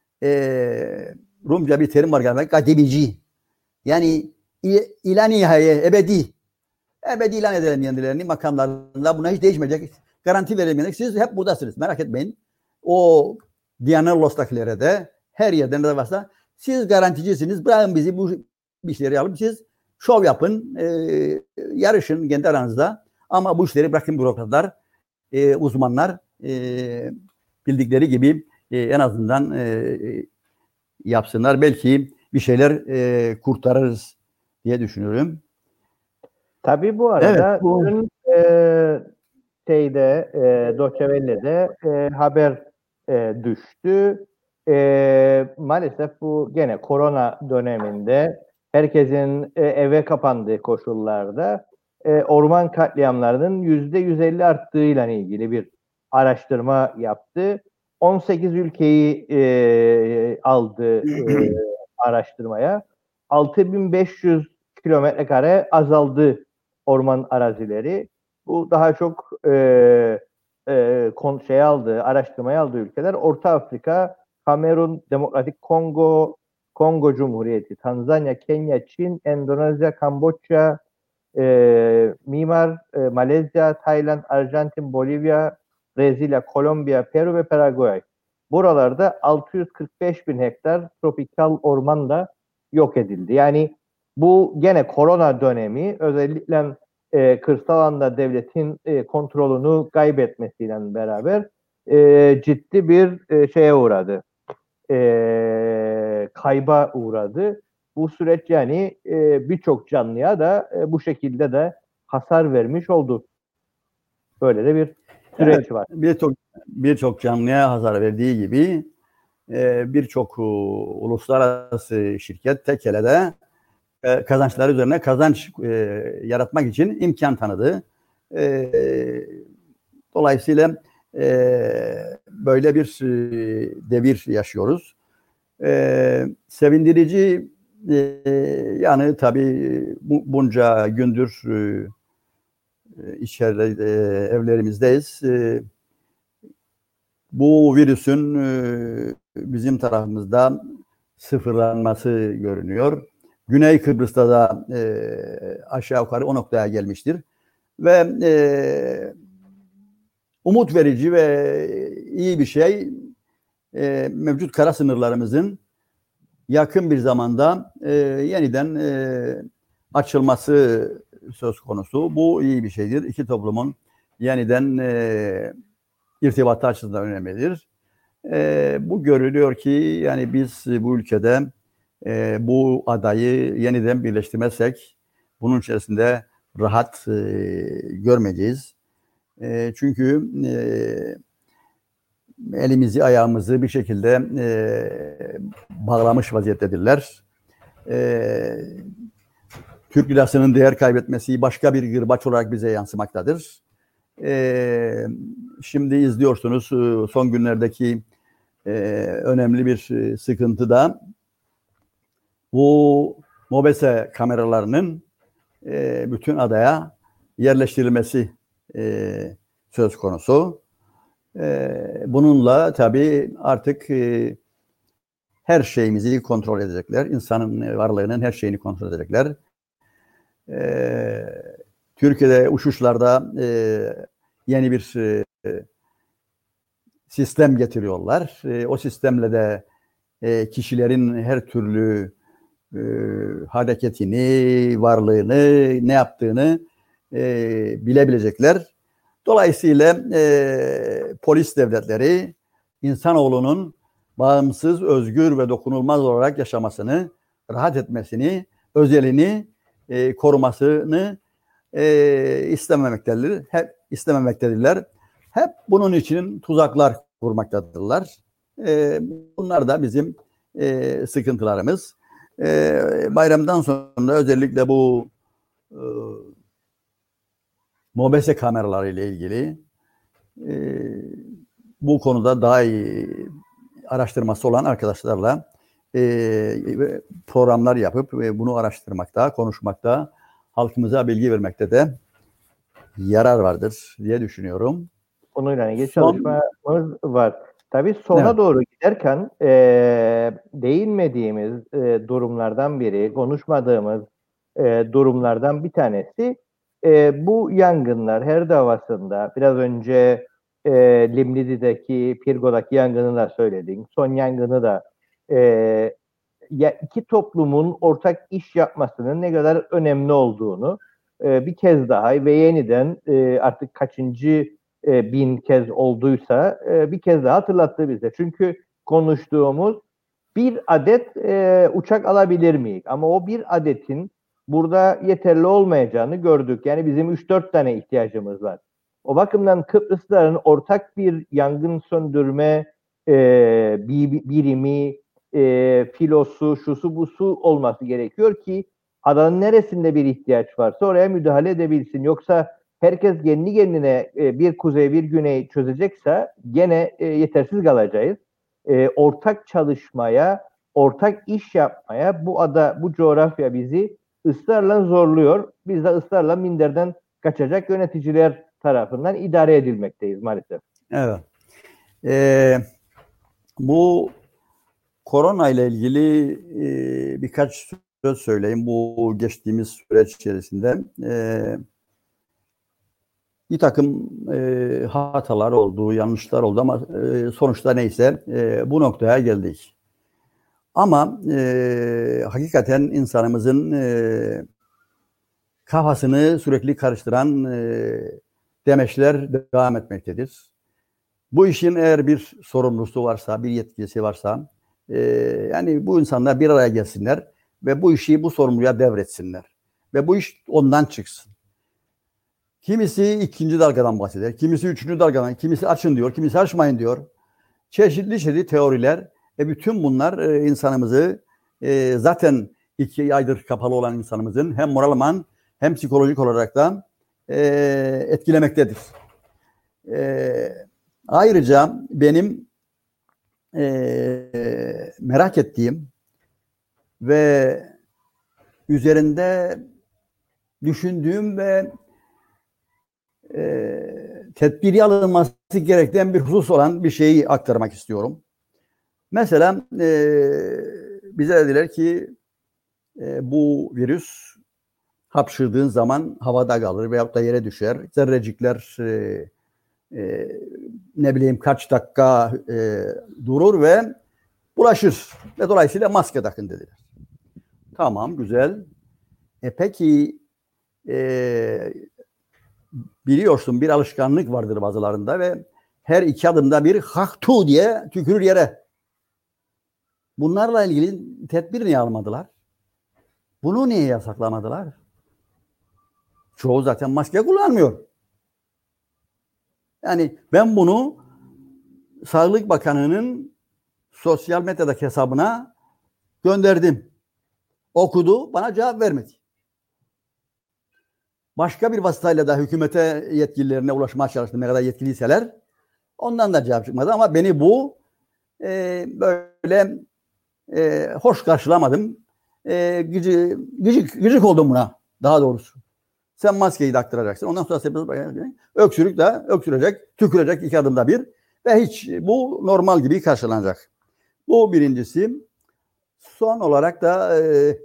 e, Rumca bir terim var galiba, kademici. Yani ilan nihayet ebedi. Ebedi ilan edelim kendilerini makamlarında. Buna hiç değişmeyecek. Garanti veremeyiz. Siz hep buradasınız. Merak etmeyin. O Diyanar Los'takilere de her yerden de varsa siz garanticisiniz. Bırakın bizi bu işleri yapın. Siz şov yapın. E, yarışın kendi aranızda. Ama bu işleri bırakın bürokratlar, e, uzmanlar e, bildikleri gibi e, en azından e, yapsınlar. Belki bir şeyler e, kurtarırız diye düşünüyorum. Tabii bu arada Evet, bu... dün e, şeyde e, Deutsche Welle'de e, haber e, düştü. E, maalesef bu gene korona döneminde herkesin e, eve kapandığı koşullarda e, orman katliamlarının yüzde yüz elli arttığıyla ilgili bir araştırma yaptı. on sekiz ülkeyi e, aldı e, araştırmaya. altı bin beş yüz kilometre kare azaldı orman arazileri. Bu daha çok e, e, kon, şey aldığı, araştırmaya aldığı ülkeler Orta Afrika, Kamerun, Demokratik Kongo, Kongo Cumhuriyeti, Tanzanya, Kenya, Çin, Endonezya, Kamboçya, e, Mimar, e, Malezya, Tayland, Arjantin, Bolivya, Brezilya, Kolombiya, Peru ve Paraguay. Buralarda altı yüz kırk beş bin hektar tropikal orman da yok edildi. Yani bu gene korona dönemi özellikle e, kırsal alanda devletin e, kontrolünü kaybetmesiyle beraber e, ciddi bir e, şeye uğradı. E, kayba uğradı. Bu süreç yani e, birçok canlıya da e, bu şekilde de hasar vermiş oldu. Böyle de bir süreç Evet, var. birçok birçok canlıya hasar verdiği gibi e, birçok e, uluslararası şirket tek elede e, kazançları üzerine kazanç e, yaratmak için imkan tanıdı. E, dolayısıyla e, böyle bir e, devir yaşıyoruz. E, sevindirici e, yani tabii bu, bunca gündür e, içeride e, evlerimizdeyiz. E, bu virüsün e, bizim tarafımızda sıfırlanması görünüyor. Güney Kıbrıs'ta da e, aşağı yukarı o noktaya gelmiştir. Ve e, umut verici ve iyi bir şey e, mevcut kara sınırlarımızın yakın bir zamanda e, yeniden e, açılması söz konusu. Bu iyi bir şeydir. İki toplumun yeniden e, irtibatı açısından önemlidir. E, bu görülüyor ki yani biz bu ülkede e, bu adayı yeniden birleştirmezsek bunun içerisinde rahat e, görmeyeceğiz. E, çünkü e, elimizi ayağımızı bir şekilde e, bağlamış vaziyettedirler. E, Türk lirasının değer kaybetmesi başka bir gırbaç olarak bize yansımaktadır. E, şimdi izliyorsunuz son günlerdeki e, önemli bir sıkıntı da bu MOBESE kameralarının e, bütün adaya yerleştirilmesi e, söz konusu. E, bununla tabii artık e, her şeyimizi kontrol edecekler. İnsanın varlığının her şeyini kontrol edecekler. E, Türkiye'de uçuşlarda e, yeni bir e, sistem getiriyorlar. E, o sistemle de e, kişilerin her türlü e, hareketini, varlığını, ne yaptığını e, bilebilecekler. Dolayısıyla e, polis devletleri insanoğlunun bağımsız, özgür ve dokunulmaz olarak yaşamasını, rahat etmesini, özelini e, korumasını e, istememektedirler. Hep istememektedirler. Hep bunun için tuzaklar kurmaktadırlar. E, bunlar da bizim e, sıkıntılarımız. E, bayramdan sonra özellikle bu e, mobese kameraları ile ilgili e, bu konuda daha iyi araştırması olan arkadaşlarla e, programlar yapıp ve bunu araştırmakta, konuşmakta, halkımıza bilgi vermekte de yarar vardır diye düşünüyorum. Bununla ilgili Son, çalışmamız var. Tabii sona evet. doğru giderken e, değinmediğimiz e, durumlardan biri, konuşmadığımız e, durumlardan bir tanesi e, bu yangınlar her davasında biraz önce e, Limlidi'deki, Pirgo'daki yangını da söyledik. Son yangını da e, ya iki toplumun ortak iş yapmasının ne kadar önemli olduğunu e, bir kez daha ve yeniden e, artık kaçıncı e, bin kez olduysa e, bir kez daha hatırlattı bize. Çünkü konuştuğumuz bir adet e, uçak alabilir miyiz? Ama o bir adetin burada yeterli olmayacağını gördük. Yani bizim üç dört tane ihtiyacımız var. O bakımdan Kıbrıslıların ortak bir yangın söndürme e, birimi, e, filosu, şusu busu olması gerekiyor ki adanın neresinde bir ihtiyaç varsa oraya müdahale edebilsin. Yoksa herkes kendi kendine e, bir kuzey bir güney çözecekse gene e, yetersiz kalacağız. E, ortak çalışmaya, ortak iş yapmaya bu ada, bu coğrafya bizi ısrarla zorluyor. Biz de ısrarla minderden kaçacak yöneticiler tarafından idare edilmekteyiz maalesef. Evet. Ee, bu korona ile ilgili e, birkaç söz söyleyeyim. Bu geçtiğimiz süreç içerisinde e, bir takım e, hatalar oldu, yanlışlar oldu ama e, sonuçta neyse e, bu noktaya geldik. Ama e, hakikaten insanımızın e, kafasını sürekli karıştıran e, demeçler devam etmektedir. Bu işin eğer bir sorumlusu varsa, bir yetkisi varsa, e, yani bu insanlar bir araya gelsinler ve bu işi bu sorumluya devretsinler. Ve bu iş ondan çıksın. Kimisi ikinci dalgadan bahseder, kimisi üçüncü dalgadan, kimisi açın diyor, kimisi açmayın diyor. Çeşitli çeşitli teoriler ve bütün bunlar e, insanımızı e, zaten iki aydır kapalı olan insanımızın hem moralman hem psikolojik olarak da e, etkilemektedir. E, ayrıca benim e, merak ettiğim ve üzerinde düşündüğüm ve e, tedbiri alınması gereken bir husus olan bir şeyi aktarmak istiyorum. Mesela e, bize dediler ki e, bu virüs hapşırdığın zaman havada kalır veyahut da yere düşer. Zerrecikler e, e, ne bileyim kaç dakika e, durur ve bulaşır. Ve dolayısıyla maske takın dediler. Tamam, güzel. E peki e, biliyorsun bir alışkanlık vardır bazılarında ve her iki adımda bir haktu diye tükürür yere. Bunlarla ilgili tedbir niye almadılar? Bunu niye yasaklamadılar? Çoğu zaten maske kullanmıyor. Yani ben bunu Sağlık Bakanı'nın sosyal medyadaki hesabına gönderdim. Okudu, bana cevap vermedi. Başka bir vasıtayla da hükümete yetkililerine ulaşmaya çalıştım, ne kadar yetkiliyseler. Ondan da cevap çıkmadı ama beni bu e, böyle e, hoş karşılamadım. E, gıcık, gıcık, gıcık oldum buna daha doğrusu. Sen maskeyi taktıracaksın. Ondan sonra sebebi öksürük de öksürecek, tükürecek iki adımda bir. Ve hiç bu normal gibi karşılanacak. Bu birincisi. Son olarak da e,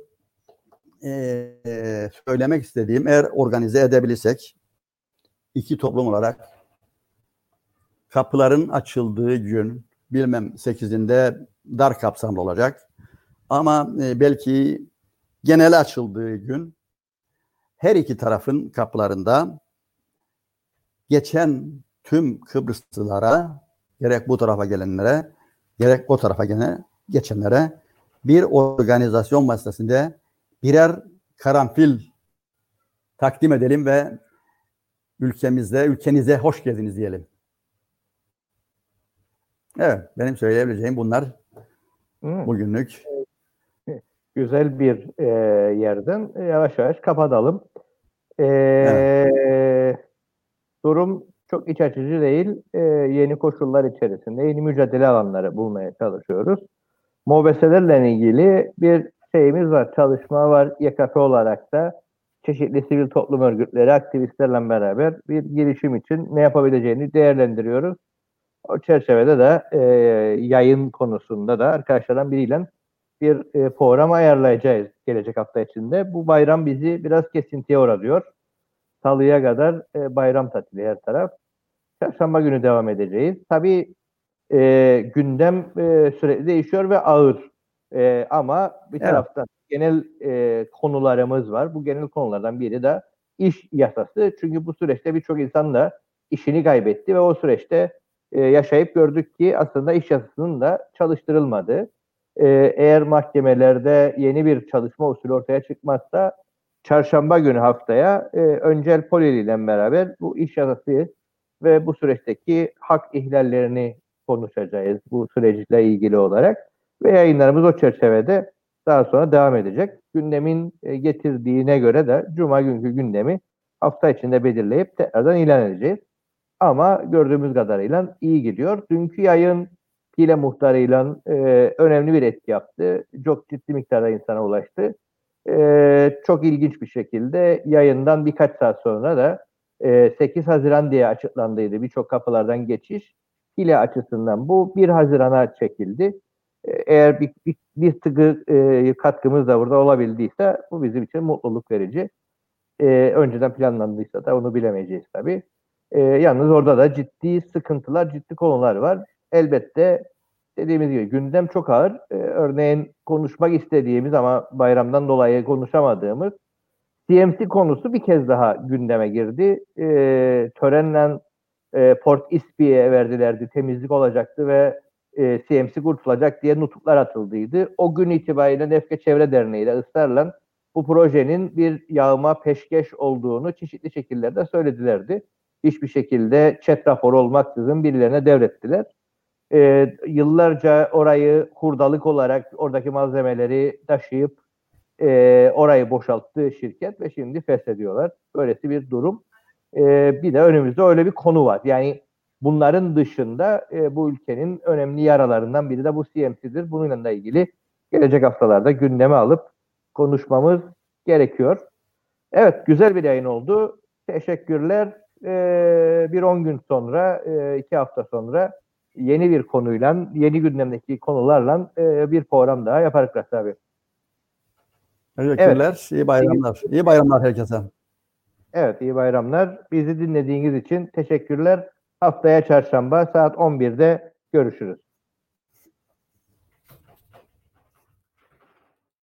e, söylemek istediğim, eğer organize edebilirsek iki toplum olarak kapıların açıldığı gün, bilmem sekizinde dar kapsamlı olacak. Ama e, belki genel açıldığı gün her iki tarafın kapılarında geçen tüm Kıbrıslılara, gerek bu tarafa gelenlere, gerek o tarafa gene geçenlere bir organizasyon vasıtasında birer karanfil takdim edelim ve ülkemizde, ülkenize hoş geldiniz diyelim. Evet, benim söyleyebileceğim bunlar. Hı. bugünlük. Güzel bir e, yerden yavaş yavaş kapatalım. E, Evet. Durum çok iç açıcı değil. E, yeni koşullar içerisinde yeni mücadele alanları bulmaya çalışıyoruz. Mobeselerle ilgili bir şeyimiz var, çalışma var. Y K P olarak da çeşitli sivil toplum örgütleri, aktivistlerle beraber bir girişim için ne yapabileceğini değerlendiriyoruz. O çerçevede de e, yayın konusunda da arkadaşlardan biriyle bir e, program ayarlayacağız gelecek hafta içinde. Bu bayram bizi biraz kesintiye uğratıyor. Salıya kadar e, bayram tatili her taraf. Çarşamba günü devam edeceğiz. Tabii e, gündem e, sürekli değişiyor ve ağır. E, ama bir Evet. taraftan genel e, konularımız var. Bu genel konulardan biri de iş yasası. Çünkü bu süreçte birçok insan da işini kaybetti ve o süreçte e, yaşayıp gördük ki aslında iş yasasının da çalıştırılmadığı. E, eğer mahkemelerde yeni bir çalışma usulü ortaya çıkmazsa çarşamba günü haftaya e, Öncel Polili ile beraber bu iş yasası ve bu süreçteki hak ihlallerini konuşacağız bu süreçle ilgili olarak ve yayınlarımız o çerçevede daha sonra devam edecek. Gündemin getirdiğine göre de Cuma günkü gündemi hafta içinde belirleyip tekrardan ilan edeceğiz. Ama gördüğümüz kadarıyla iyi gidiyor. Dünkü yayın Pile muhtarıyla e, önemli bir etki yaptı. Çok ciddi miktarda insana ulaştı. E, çok ilginç bir şekilde yayından birkaç saat sonra da e, sekiz Haziran diye açıklandıydı birçok kapılardan geçiş. Pile açısından bu bir Haziran'a çekildi. E, eğer bir, bir, bir tıkı e, katkımız da burada olabildiyse bu bizim için mutluluk verici. E, önceden planlandıysa da onu bilemeyeceğiz tabii. E, yalnız orada da ciddi sıkıntılar, ciddi konular var. Elbette dediğimiz gibi gündem çok ağır. E, örneğin konuşmak istediğimiz ama bayramdan dolayı konuşamadığımız C M C konusu bir kez daha gündeme girdi. E, törenle e, Port Ispi'ye verdilerdi, temizlik olacaktı ve e, C M C kurtulacak diye nutuklar atıldıydı. O gün itibariyle Nefke Çevre Derneği ile ısrarla bu projenin bir yağma peşkeş olduğunu çeşitli şekillerde söyledilerdi. Hiçbir şekilde chat raporu olmaksızın birilerine devrettiler. E, yıllarca orayı hurdalık olarak oradaki malzemeleri taşıyıp e, orayı boşalttı şirket ve şimdi feshediyorlar. Böylesi bir durum. E, bir de önümüzde öyle bir konu var. Yani bunların dışında e, bu ülkenin önemli yaralarından biri de bu C M C'dir. Bununla da ilgili gelecek haftalarda gündeme alıp konuşmamız gerekiyor. Evet, güzel bir yayın oldu. Teşekkürler. Ee, bir on gün sonra, e, iki hafta sonra yeni bir konuyla, yeni gündemdeki konularla e, bir program daha yaparız abi. Teşekkürler. Evet. İyi bayramlar. İyi bayramlar herkese. Evet, iyi bayramlar. Bizi dinlediğiniz için teşekkürler. Haftaya çarşamba saat on birde görüşürüz.